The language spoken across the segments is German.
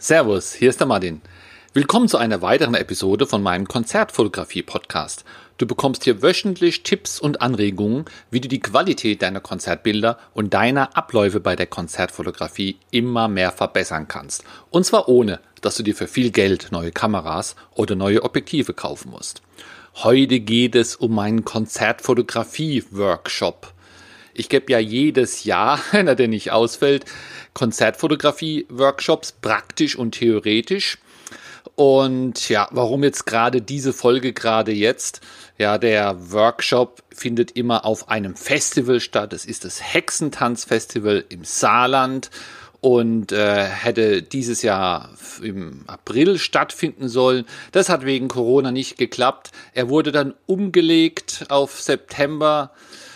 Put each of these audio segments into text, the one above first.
Servus, hier ist der Martin. Willkommen zu einer weiteren Episode von meinem Konzertfotografie-Podcast. Du bekommst hier wöchentlich Tipps und Anregungen, wie du die Qualität deiner Konzertbilder und deiner Abläufe bei der Konzertfotografie immer mehr verbessern kannst. Und zwar ohne, dass du dir für viel Geld neue Kameras oder neue Objektive kaufen musst. Heute geht es um meinen Konzertfotografie-Workshop. Ich gebe ja jedes Jahr, wenn der nicht ausfällt, Konzertfotografie-Workshops, praktisch und theoretisch. Und ja, warum jetzt gerade diese Folge gerade jetzt? Ja, der Workshop findet immer auf einem Festival statt. Es ist das Hexentanzfestival im Saarland und hätte dieses Jahr im April stattfinden sollen. Das hat wegen Corona nicht geklappt. Er wurde dann umgelegt auf September.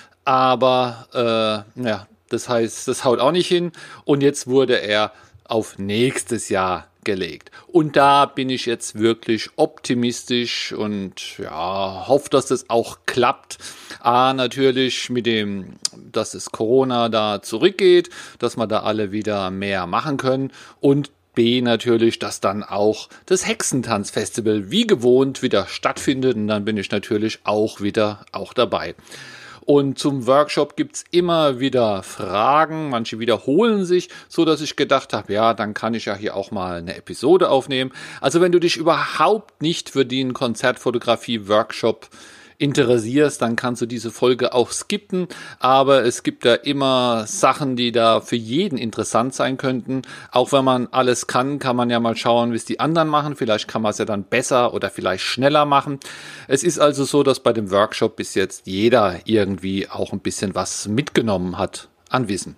Aber das heißt, das haut auch nicht hin. Und jetzt wurde er auf nächstes Jahr gelegt. Und da bin ich jetzt wirklich optimistisch und ja, hoffe, dass das auch klappt. A, natürlich mit dem, dass es Corona da zurückgeht, dass wir da alle wieder mehr machen können. Und B, natürlich, dass dann auch das Hexentanzfestival wie gewohnt wieder stattfindet. Und dann bin ich natürlich auch dabei. Und zum Workshop gibt's immer wieder Fragen, manche wiederholen sich, so dass ich gedacht habe, ja, dann kann ich ja hier auch mal eine Episode aufnehmen. Also wenn du dich überhaupt nicht für den Konzertfotografie-Workshop interessierst, dann kannst du diese Folge auch skippen, aber es gibt da immer Sachen, die da für jeden interessant sein könnten. Auch wenn man alles kann man ja mal schauen, wie es die anderen machen. Vielleicht kann man es ja dann besser oder vielleicht schneller machen. Es ist also so, dass bei dem Workshop bis jetzt jeder irgendwie auch ein bisschen was mitgenommen hat an Wissen.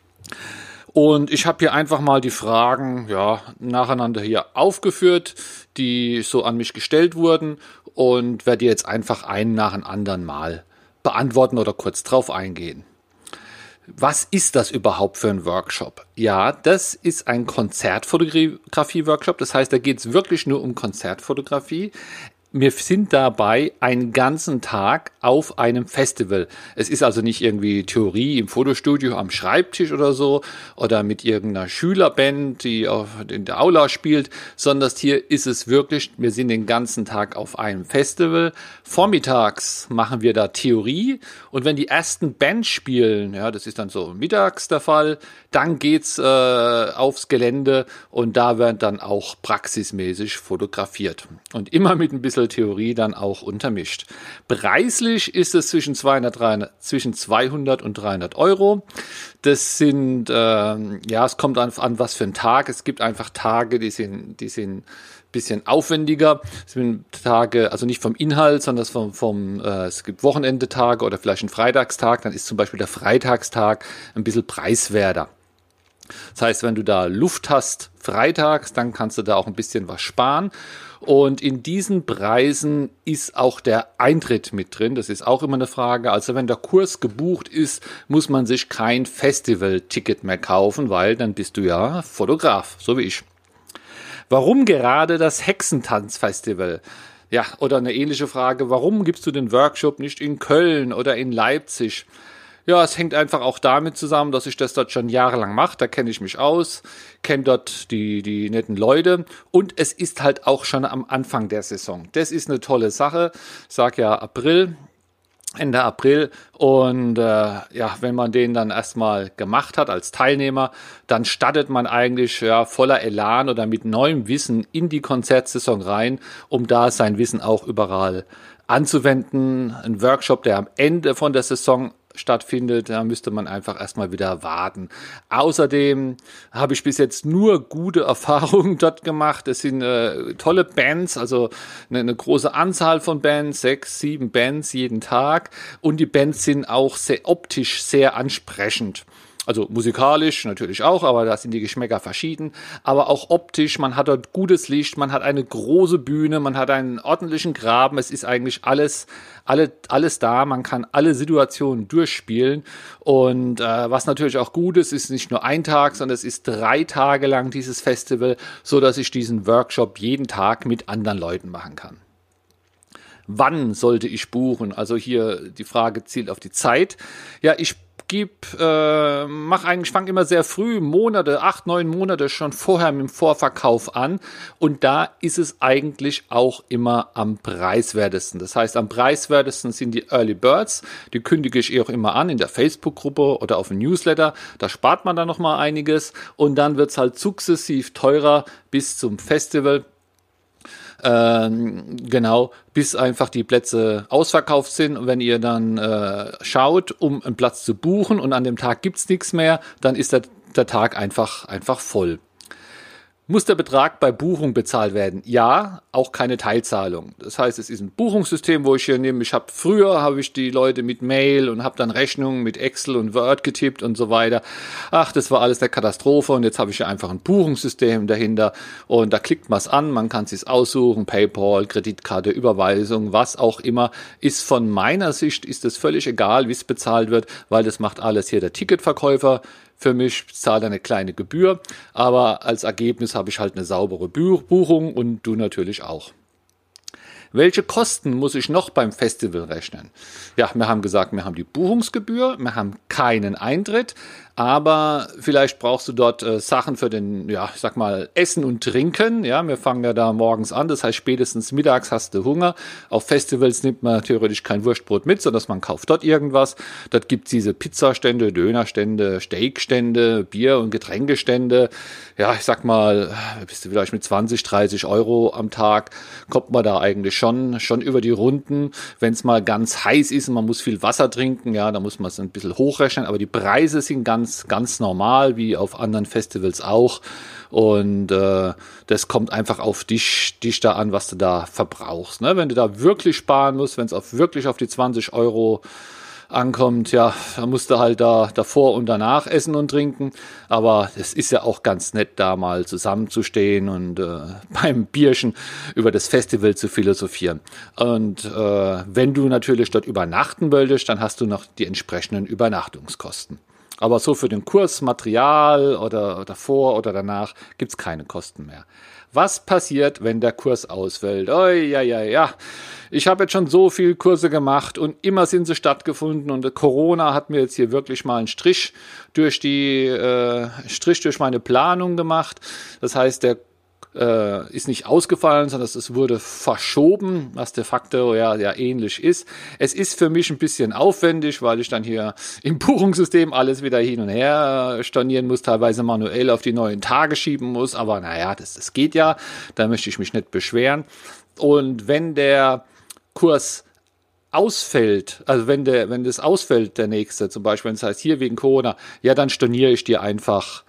Und ich habe hier einfach mal die Fragen nacheinander hier aufgeführt, die so an mich gestellt wurden und werde jetzt einfach einen nach dem anderen mal beantworten oder kurz drauf eingehen. Was ist das überhaupt für ein Workshop? Ja, das ist ein Konzertfotografie-Workshop. Das heißt, da geht es wirklich nur um Konzertfotografie. Wir sind dabei einen ganzen Tag auf einem Festival. Es ist also nicht irgendwie Theorie im Fotostudio am Schreibtisch oder so oder mit irgendeiner Schülerband, die in der Aula spielt, sondern hier ist es wirklich, wir sind den ganzen Tag auf einem Festival. Vormittags machen wir da Theorie und wenn die ersten Bands spielen, ja, das ist dann so mittags der Fall, dann geht's aufs Gelände und da wird dann auch praxismäßig fotografiert. Und immer mit ein bisschen Theorie dann auch untermischt. Preislich ist es zwischen 200 und 300 Euro. Das sind, es kommt an was für ein Tag. Es gibt einfach Tage, die sind ein bisschen aufwendiger. Es sind Tage, also nicht vom Inhalt, sondern es gibt Wochenendetage oder vielleicht einen Freitagstag. Dann ist zum Beispiel der Freitagstag ein bisschen preiswerter. Das heißt, wenn du da Luft hast freitags, dann kannst du da auch ein bisschen was sparen. Und in diesen Preisen ist auch der Eintritt mit drin. Das ist auch immer eine Frage. Also wenn der Kurs gebucht ist, muss man sich kein Festival-Ticket mehr kaufen, weil dann bist du ja Fotograf, so wie ich. Warum gerade das Hexentanzfestival? Ja, oder eine ähnliche Frage, warum gibst du den Workshop nicht in Köln oder in Leipzig? Ja, es hängt einfach auch damit zusammen, dass ich das dort schon jahrelang mache. Da kenne ich mich aus, kenne dort die netten Leute und es ist halt auch schon am Anfang der Saison. Das ist eine tolle Sache. Ich sage ja April, Ende April und wenn man den dann erstmal gemacht hat als Teilnehmer, dann startet man eigentlich voller Elan oder mit neuem Wissen in die Konzertsaison rein, um da sein Wissen auch überall anzuwenden. Ein Workshop, der am Ende von der Saison stattfindet, da müsste man einfach erstmal wieder warten. Außerdem habe ich bis jetzt nur gute Erfahrungen dort gemacht. Es sind tolle Bands, also eine große Anzahl von Bands, 6, 7 Bands jeden Tag und die Bands sind auch optisch sehr ansprechend. Also musikalisch natürlich auch, aber da sind die Geschmäcker verschieden. Aber auch optisch, man hat dort gutes Licht, man hat eine große Bühne, man hat einen ordentlichen Graben. Es ist eigentlich alles da. Man kann alle Situationen durchspielen. Und was natürlich auch gut ist nicht nur ein Tag, sondern es ist 3 Tage lang dieses Festival, so dass ich diesen Workshop jeden Tag mit anderen Leuten machen kann. Wann sollte ich buchen? Also hier die Frage zielt auf die Zeit. Ja, ich fang immer sehr früh, 8, 9 Monate schon vorher mit dem Vorverkauf an und da ist es eigentlich auch immer am preiswertesten. Das heißt, am preiswertesten sind die Early Birds, die kündige ich auch immer an in der Facebook-Gruppe oder auf dem Newsletter, da spart man dann nochmal einiges und dann wird es halt sukzessiv teurer bis zum Festival. Genau, bis einfach die Plätze ausverkauft sind. Und wenn ihr dann schaut, um einen Platz zu buchen und an dem Tag gibt's nichts mehr, dann ist der Tag einfach voll. Muss der Betrag bei Buchung bezahlt werden? Ja, auch keine Teilzahlung. Das heißt, es ist ein Buchungssystem, wo ich hier nehme. Früher habe ich die Leute mit Mail und habe dann Rechnungen mit Excel und Word getippt und so weiter. Ach, das war alles eine Katastrophe und jetzt habe ich hier einfach ein Buchungssystem dahinter und da klickt man es an, man kann es sich aussuchen, PayPal, Kreditkarte, Überweisung, was auch immer. Ist von meiner Sicht ist es völlig egal, wie es bezahlt wird, weil das macht alles hier der Ticketverkäufer. Für mich zahlt eine kleine Gebühr, aber als Ergebnis habe ich halt eine saubere Buchung und du natürlich auch. Welche Kosten muss ich noch beim Festival rechnen? Ja, wir haben gesagt, wir haben die Buchungsgebühr, wir haben keinen Eintritt, aber vielleicht brauchst du dort Sachen für den, ja, ich sag mal, Essen und Trinken. Ja, wir fangen ja da morgens an, das heißt spätestens mittags hast du Hunger. Auf Festivals nimmt man theoretisch kein Wurstbrot mit, sondern man kauft dort irgendwas. Dort gibt's diese Pizzastände, Dönerstände, Steakstände, Bier- und Getränkestände. Ja, ich sag mal, bist du vielleicht mit 20, 30 Euro am Tag, kommt man da eigentlich schon über die Runden. Wenn es mal ganz heiß ist und man muss viel Wasser trinken, ja, da muss man es ein bisschen hochrechnen, aber die Preise sind ganz normal, wie auf anderen Festivals auch. Und das kommt einfach auf dich da an, was du da verbrauchst. Ne? Wenn du da wirklich sparen musst, wenn es wirklich auf die 20 Euro ankommt, ja, da musst du halt da davor und danach essen und trinken. Aber es ist ja auch ganz nett, da mal zusammenzustehen und beim Bierchen über das Festival zu philosophieren. Und wenn du natürlich dort übernachten wolltest, dann hast du noch die entsprechenden Übernachtungskosten. Aber so für den Kurs, Material oder davor oder danach gibt's keine Kosten mehr. Was passiert, wenn der Kurs ausfällt? Oh, ja. Ich habe jetzt schon so viele Kurse gemacht und immer sind sie stattgefunden und Corona hat mir jetzt hier wirklich mal einen Strich durch meine Planung gemacht. Das heißt, der ist nicht ausgefallen, sondern es wurde verschoben, was de facto ja ähnlich ist. Es ist für mich ein bisschen aufwendig, weil ich dann hier im Buchungssystem alles wieder hin und her stornieren muss, teilweise manuell auf die neuen Tage schieben muss, aber naja, das geht ja, da möchte ich mich nicht beschweren. Und wenn der Kurs ausfällt, also wenn das ausfällt, der nächste, zum Beispiel, wenn es heißt, hier wegen Corona, ja, dann storniere ich einfach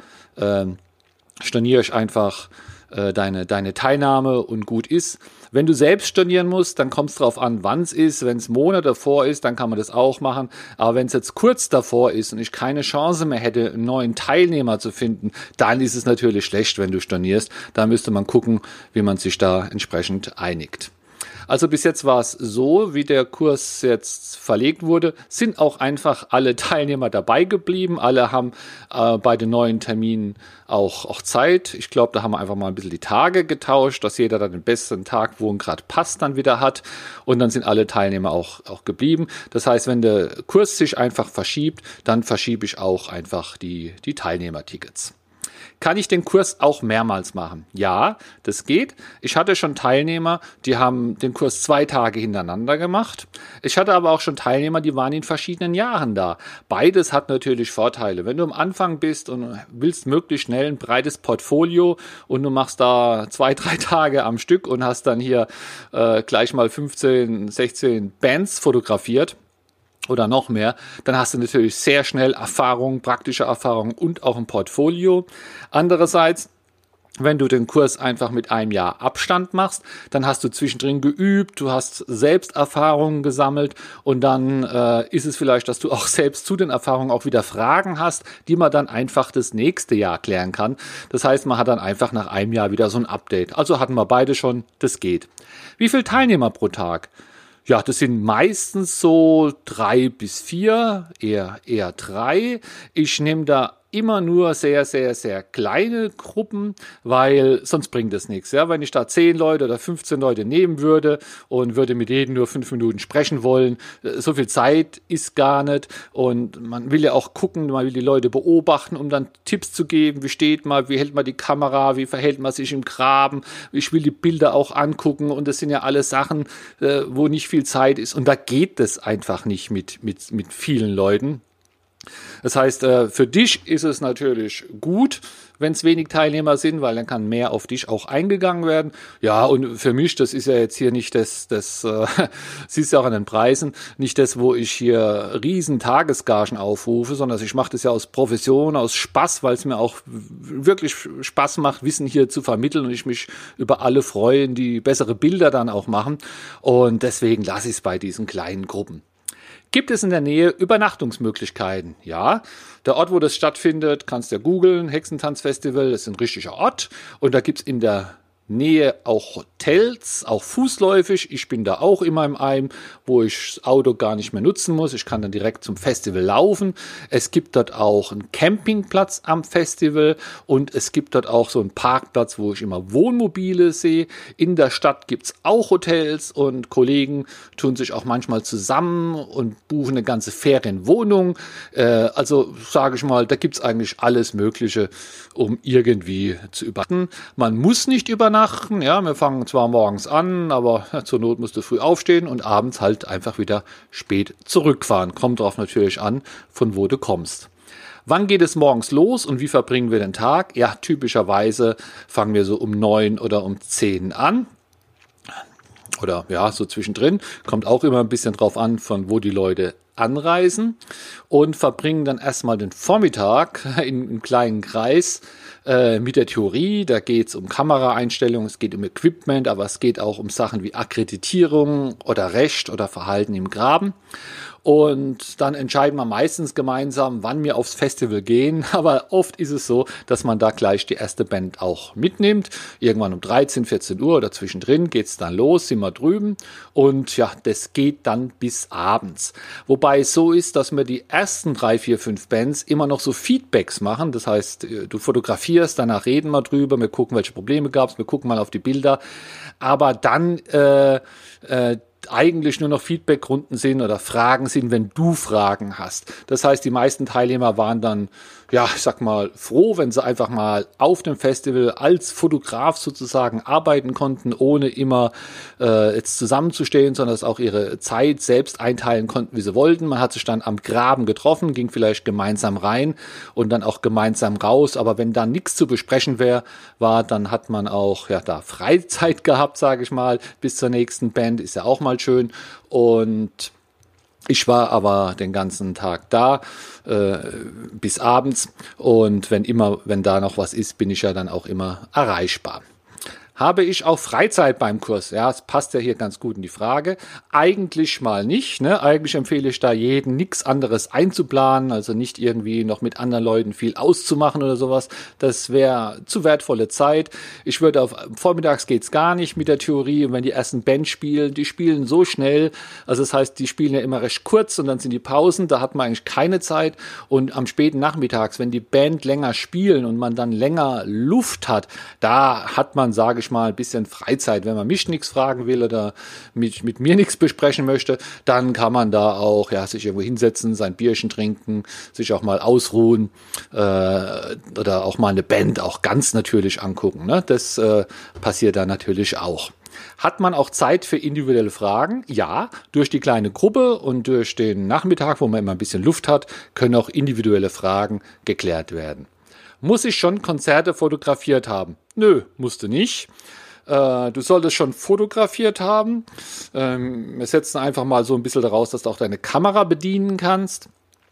deine Teilnahme und gut ist. Wenn du selbst stornieren musst, dann kommt es drauf an, wann es ist. Wenn es Monate davor ist, dann kann man das auch machen. Aber wenn es jetzt kurz davor ist und ich keine Chance mehr hätte, einen neuen Teilnehmer zu finden, dann ist es natürlich schlecht, wenn du stornierst. Da müsste man gucken, wie man sich da entsprechend einigt. Also bis jetzt war es so, wie der Kurs jetzt verlegt wurde, sind auch einfach alle Teilnehmer dabei geblieben. Alle haben bei den neuen Terminen auch Zeit. Ich glaube, da haben wir einfach mal ein bisschen die Tage getauscht, dass jeder dann den besten Tag, wo ihn gerade passt, dann wieder hat. Und dann sind alle Teilnehmer auch geblieben. Das heißt, wenn der Kurs sich einfach verschiebt, dann verschiebe ich auch einfach die Teilnehmertickets. Kann ich den Kurs auch mehrmals machen? Ja, das geht. Ich hatte schon Teilnehmer, die haben den Kurs 2 Tage hintereinander gemacht. Ich hatte aber auch schon Teilnehmer, die waren in verschiedenen Jahren da. Beides hat natürlich Vorteile. Wenn du am Anfang bist und willst möglichst schnell ein breites Portfolio und du machst da 2, 3 Tage am Stück und hast dann hier gleich mal 15, 16 Bands fotografiert, oder noch mehr, dann hast du natürlich sehr schnell Erfahrung, praktische Erfahrung und auch ein Portfolio. Andererseits, wenn du den Kurs einfach mit einem Jahr Abstand machst, dann hast du zwischendrin geübt, du hast selbst Erfahrungen gesammelt und dann ist es vielleicht, dass du auch selbst zu den Erfahrungen auch wieder Fragen hast, die man dann einfach das nächste Jahr klären kann. Das heißt, man hat dann einfach nach einem Jahr wieder so ein Update. Also hatten wir beide schon, das geht. Wie viele Teilnehmer pro Tag? Ja, das sind meistens so 3 bis 4, eher 3. Ich nehme da immer nur sehr, sehr, sehr kleine Gruppen, weil sonst bringt das nichts. Ja? Wenn ich da 10 Leute oder 15 Leute nehmen würde und würde mit jedem nur 5 Minuten sprechen wollen, so viel Zeit ist gar nicht. Und man will ja auch gucken, man will die Leute beobachten, um dann Tipps zu geben. Wie steht man, wie hält man die Kamera, wie verhält man sich im Graben. Ich will die Bilder auch angucken und das sind ja alles Sachen, wo nicht viel Zeit ist. Und da geht es einfach nicht mit vielen Leuten. Das heißt, für dich ist es natürlich gut, wenn es wenig Teilnehmer sind, weil dann kann mehr auf dich auch eingegangen werden. Ja, und für mich, das ist ja jetzt hier nicht das siehst du auch an den Preisen, nicht das, wo ich hier riesen Tagesgagen aufrufe, sondern ich mache das ja aus Profession, aus Spaß, weil es mir auch wirklich Spaß macht, Wissen hier zu vermitteln und ich mich über alle freue, die bessere Bilder dann auch machen. Und deswegen lasse ich es bei diesen kleinen Gruppen. Gibt es in der Nähe Übernachtungsmöglichkeiten? Ja, der Ort, wo das stattfindet, kannst du ja googeln, Hexentanzfestival, das ist ein richtiger Ort. Und da gibt es in der Nähe auch Hotels, auch fußläufig. Ich bin da auch immer im einem, wo ich das Auto gar nicht mehr nutzen muss. Ich kann dann direkt zum Festival laufen. Es gibt dort auch einen Campingplatz am Festival und es gibt dort auch so einen Parkplatz, wo ich immer Wohnmobile sehe. In der Stadt gibt's auch Hotels und Kollegen tun sich auch manchmal zusammen und buchen eine ganze Ferienwohnung. Also sage ich mal, da gibt's eigentlich alles Mögliche, um irgendwie zu übernachten. Man muss nicht übernachten. Ja, wir fangen zwar morgens an, aber zur Not musst du früh aufstehen und abends halt einfach wieder spät zurückfahren. Kommt drauf natürlich an, von wo du kommst. Wann geht es morgens los und wie verbringen wir den Tag? Ja, typischerweise fangen wir so um 9 oder um 10 an. Oder ja, so zwischendrin. Kommt auch immer ein bisschen drauf an, von wo die Leute anreisen und verbringen dann erstmal den Vormittag in einem kleinen Kreis mit der Theorie. Da geht es um Kameraeinstellungen, es geht um Equipment, aber es geht auch um Sachen wie Akkreditierung oder Recht oder Verhalten im Graben. Und dann entscheiden wir meistens gemeinsam, wann wir aufs Festival gehen. Aber oft ist es so, dass man da gleich die erste Band auch mitnimmt. Irgendwann um 13, 14 Uhr oder zwischendrin geht's dann los, sind wir drüben. Und ja, das geht dann bis abends. Wobei es so ist, dass wir die ersten 3, 4, 5 Bands immer noch so Feedbacks machen. Das heißt, du fotografierst, danach reden wir drüber, wir gucken, welche Probleme gab's, wir gucken mal auf die Bilder. Aber dann eigentlich nur noch Feedbackrunden sind oder Fragen sind, wenn du Fragen hast. Das heißt, die meisten Teilnehmer waren dann, ja, ich sag mal, froh, wenn sie einfach mal auf dem Festival als Fotograf sozusagen arbeiten konnten, ohne immer jetzt zusammenzustehen, sondern dass auch ihre Zeit selbst einteilen konnten, wie sie wollten. Man hat sich dann am Graben getroffen, ging vielleicht gemeinsam rein und dann auch gemeinsam raus. Aber wenn da nichts zu besprechen war, dann hat man auch ja da Freizeit gehabt, sage ich mal, bis zur nächsten Band. Ist ja auch mal schön. Und ich war aber den ganzen Tag da, bis abends. Und wenn da noch was ist, bin ich ja dann auch immer erreichbar. Habe ich auch Freizeit beim Kurs? Ja, es passt ja hier ganz gut in die Frage. Eigentlich mal nicht, ne? Eigentlich empfehle ich da jedem, nichts anderes einzuplanen, also nicht irgendwie noch mit anderen Leuten viel auszumachen oder sowas. Das wäre zu wertvolle Zeit. Ich würde vormittags geht's gar nicht mit der Theorie. Und wenn die ersten Band spielen, die spielen so schnell. Also das heißt, die spielen ja immer recht kurz und dann sind die Pausen. Da hat man eigentlich keine Zeit. Und am späten Nachmittags, wenn die Band länger spielen und man dann länger Luft hat, da hat man, sage ich mal, ein bisschen Freizeit. Wenn man mich nichts fragen will oder mit mir nichts besprechen möchte, dann kann man da auch sich irgendwo hinsetzen, sein Bierchen trinken, sich auch mal ausruhen oder auch mal eine Band auch ganz natürlich angucken. Ne? Das passiert da natürlich auch. Hat man auch Zeit für individuelle Fragen? Ja, durch die kleine Gruppe und durch den Nachmittag, wo man immer ein bisschen Luft hat, können auch individuelle Fragen geklärt werden. Muss ich schon Konzerte fotografiert haben? Nö, musste nicht. Du solltest schon fotografiert haben. Wir setzen einfach mal so ein bisschen daraus, dass du auch deine Kamera bedienen kannst.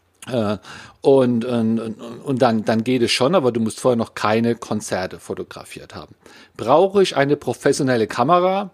Und dann geht es schon, aber du musst vorher noch keine Konzerte fotografiert haben. Brauche ich eine professionelle Kamera?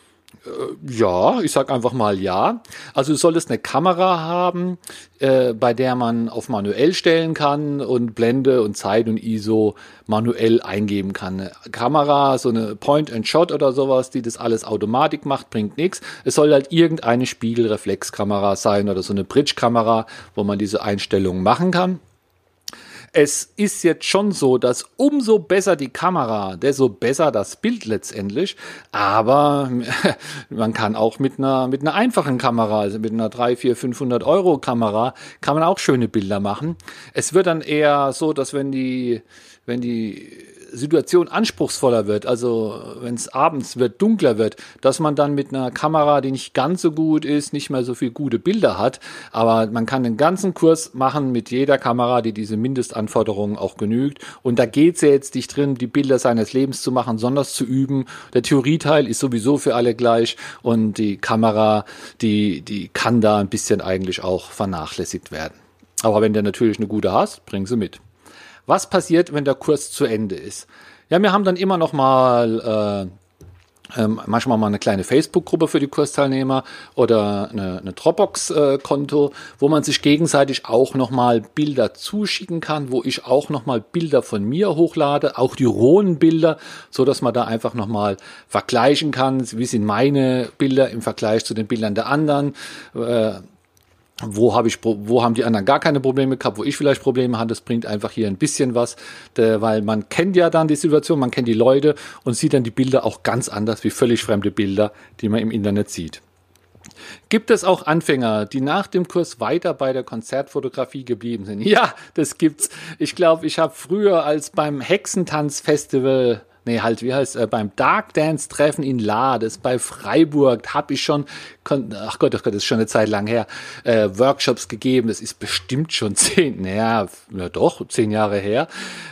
Ja, ich sag einfach mal ja. Also du solltest eine Kamera haben, bei der man auf manuell stellen kann und Blende und Zeit und ISO manuell eingeben kann. Eine Kamera, so eine Point-and-Shot oder sowas, die das alles automatisch macht, bringt nichts. Es soll halt irgendeine Spiegelreflexkamera sein oder so eine Bridge-Kamera, wo man diese Einstellungen machen kann. Es ist jetzt schon so, dass umso besser die Kamera, desto besser das Bild letztendlich. Aber man kann auch mit einer einfachen Kamera, also mit einer 300, 400, 500 Euro Kamera, kann man auch schöne Bilder machen. Es wird dann eher so, dass wenn die Situation anspruchsvoller wird, also wenn es abends wird, dunkler wird, dass man dann mit einer Kamera, die nicht ganz so gut ist, nicht mehr so viel gute Bilder hat. Aber man kann den ganzen Kurs machen mit jeder Kamera, die diese Mindestanforderungen auch genügt. Und da geht's ja jetzt nicht drin, die Bilder seines Lebens zu machen, sondern zu üben. Der Theorieteil ist sowieso für alle gleich und die Kamera, die kann da ein bisschen eigentlich auch vernachlässigt werden. Aber wenn du natürlich eine gute hast, bring sie mit. Was passiert, wenn der Kurs zu Ende ist? Ja, wir haben dann immer noch mal manchmal mal eine kleine Facebook-Gruppe für die Kursteilnehmer oder eine Dropbox-Konto, wo man sich gegenseitig auch noch mal Bilder zuschicken kann, wo ich auch noch mal Bilder von mir hochlade, auch die rohen Bilder, so dass man da einfach noch mal vergleichen kann, wie sind meine Bilder im Vergleich zu den Bildern der anderen. Wo haben die anderen gar keine Probleme gehabt, wo ich vielleicht Probleme hatte, das bringt einfach hier ein bisschen was, weil man kennt ja dann die Situation, man kennt die Leute und sieht dann die Bilder auch ganz anders wie völlig fremde Bilder, die man im Internet sieht. Gibt es auch Anfänger, die nach dem Kurs weiter bei der Konzertfotografie geblieben sind? Ja, das gibt's. Ich glaube, ich habe früher als beim Hexentanz-Festival beim Dark Dance Treffen in La, das bei Freiburg, habe ich schon, ach Gott, das ist schon eine Zeit lang her, Workshops gegeben, das ist bestimmt schon 10 Jahre her.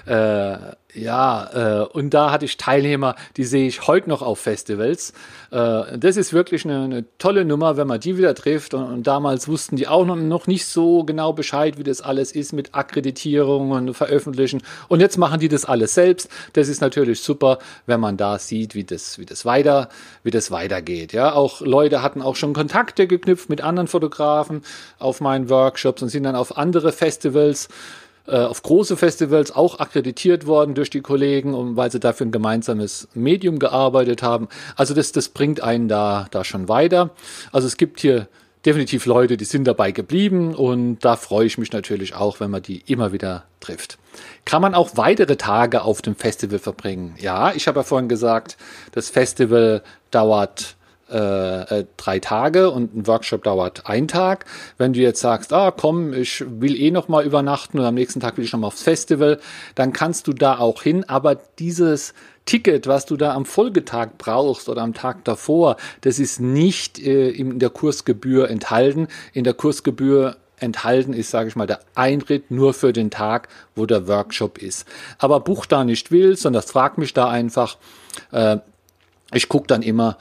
Und da hatte ich Teilnehmer, die sehe ich heute noch auf Festivals. Das ist wirklich eine tolle Nummer, wenn man die wieder trifft. Und damals wussten die auch noch nicht so genau Bescheid, wie das alles ist mit Akkreditierung und Veröffentlichen. Und jetzt machen die das alles selbst. Das ist natürlich super, wenn man da sieht, wie das weitergeht. Ja, auch Leute hatten auch schon Kontakte geknüpft mit anderen Fotografen auf meinen Workshops und sind dann auf andere Festivals, auf große Festivals auch akkreditiert worden durch die Kollegen, weil sie dafür ein gemeinsames Medium gearbeitet haben. Also das bringt einen da schon weiter. Also es gibt hier definitiv Leute, die sind dabei geblieben und da freue ich mich natürlich auch, wenn man die immer wieder trifft. Kann man auch weitere Tage auf dem Festival verbringen? Ja, ich habe ja vorhin gesagt, das Festival dauert 3 Tage und ein Workshop dauert 1 Tag. Wenn du jetzt sagst, ich will noch mal übernachten und am nächsten Tag will ich noch mal aufs Festival, dann kannst du da auch hin, aber dieses Ticket, was du da am Folgetag brauchst oder am Tag davor, das ist nicht in der Kursgebühr enthalten. In der Kursgebühr enthalten ist, sage ich mal, der Eintritt nur für den Tag, wo der Workshop ist. Aber buch da nicht wild, sondern frag mich da einfach. Ich gucke dann immer,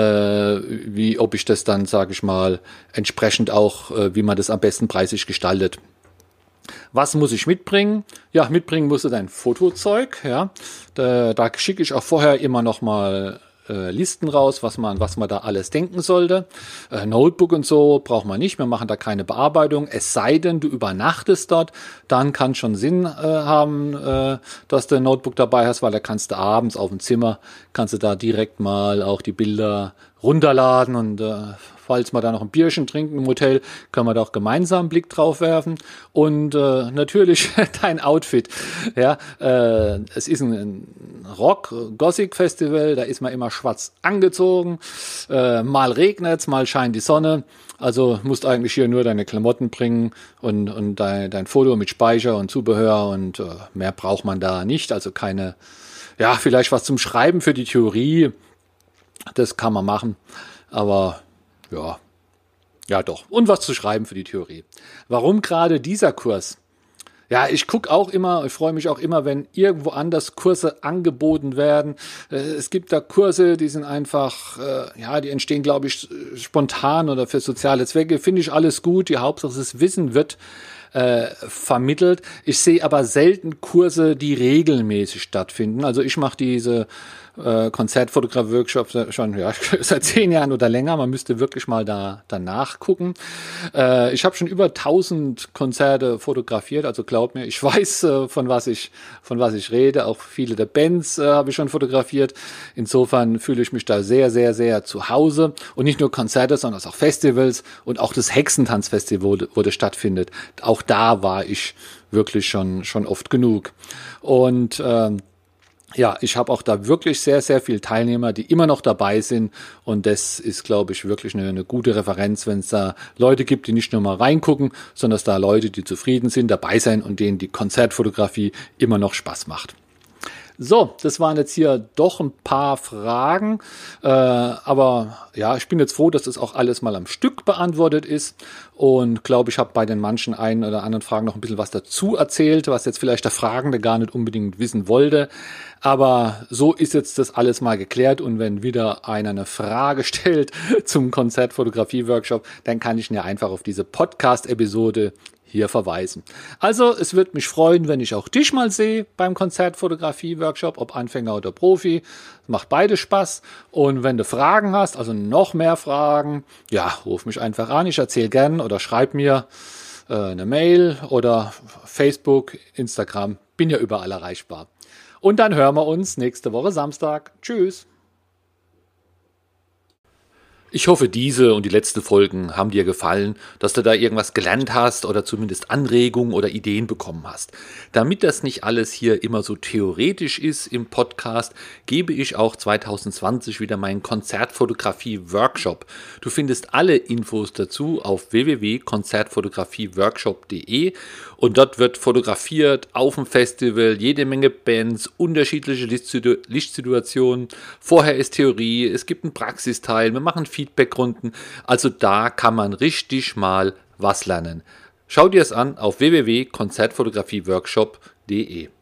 ob ich das dann, sage ich mal, entsprechend auch, wie man das am besten preislich gestaltet. Was muss ich mitbringen? Ja, mitbringen musst du dein Fotozeug. Ja, da schicke ich auch vorher immer noch mal Listen raus, was man da alles denken sollte. Notebook und so braucht man nicht. Wir machen da keine Bearbeitung. Es sei denn, du übernachtest dort, dann kann schon Sinn haben, dass du ein Notebook dabei hast, weil da kannst du abends auf dem Zimmer, kannst du da direkt mal auch die Bilder runterladen und falls wir da noch ein Bierchen trinken im Hotel, können wir da auch gemeinsam einen Blick drauf werfen. Und natürlich dein Outfit. Ja, es ist ein Rock-Gothic-Festival, da ist man immer schwarz angezogen. Mal regnet's, mal scheint die Sonne. Also musst eigentlich hier nur deine Klamotten bringen und dein Foto mit Speicher und Zubehör und mehr braucht man da nicht. Also vielleicht was zum Schreiben für die Theorie, das kann man machen. Aber ja doch. Und was zu schreiben für die Theorie. Warum gerade dieser Kurs? Ja, ich freue mich auch immer, wenn irgendwo anders Kurse angeboten werden. Es gibt da Kurse, die sind einfach, die entstehen, glaube ich, spontan oder für soziale Zwecke. Finde ich alles gut. Die Hauptsache, das Wissen wird vermittelt. Ich sehe aber selten Kurse, die regelmäßig stattfinden. Also ich mache diese Konzertfotograf-Workshops schon seit 10 Jahren oder länger. Man müsste wirklich mal da nachgucken. Ich habe schon über 1000 Konzerte fotografiert, also glaub mir, ich weiß, von was ich rede. Auch viele der Bands habe ich schon fotografiert. Insofern fühle ich mich da sehr, sehr, sehr zu Hause. Und nicht nur Konzerte, sondern auch Festivals und auch das Hexentanzfestival, wo das stattfindet. Auch da war ich wirklich schon oft genug. Und ja, ich habe auch da wirklich sehr, sehr viele Teilnehmer, die immer noch dabei sind. Und das ist, glaube ich, wirklich eine gute Referenz, wenn es da Leute gibt, die nicht nur mal reingucken, sondern dass da Leute, die zufrieden sind, dabei sein und denen die Konzertfotografie immer noch Spaß macht. So, das waren jetzt hier doch ein paar Fragen, aber ja, ich bin jetzt froh, dass das auch alles mal am Stück beantwortet ist und glaube, ich habe bei den manchen einen oder anderen Fragen noch ein bisschen was dazu erzählt, was jetzt vielleicht der Fragende gar nicht unbedingt wissen wollte, aber so ist jetzt das alles mal geklärt und wenn wieder einer eine Frage stellt zum Konzertfotografie-Workshop, dann kann ich ihn ja einfach auf diese Podcast-Episode hier verweisen. Also es würde mich freuen, wenn ich auch dich mal sehe beim Konzertfotografie-Workshop, ob Anfänger oder Profi. Macht beide Spaß. Und wenn du Fragen hast, also noch mehr Fragen, ja, ruf mich einfach an. Ich erzähle gern oder schreib mir eine Mail oder Facebook, Instagram. Bin ja überall erreichbar. Und dann hören wir uns nächste Woche Samstag. Tschüss. Ich hoffe, diese und die letzten Folgen haben dir gefallen, dass du da irgendwas gelernt hast oder zumindest Anregungen oder Ideen bekommen hast. Damit das nicht alles hier immer so theoretisch ist im Podcast, gebe ich auch 2020 wieder meinen Konzertfotografie-Workshop. Du findest alle Infos dazu auf www.konzertfotografieworkshop.de und dort wird fotografiert auf dem Festival, jede Menge Bands, unterschiedliche Lichtsituationen. Vorher ist Theorie, es gibt einen Praxisteil, wir machen Feedbackrunden. Also da kann man richtig mal was lernen. Schau dir es an auf www.konzertfotografieworkshop.de.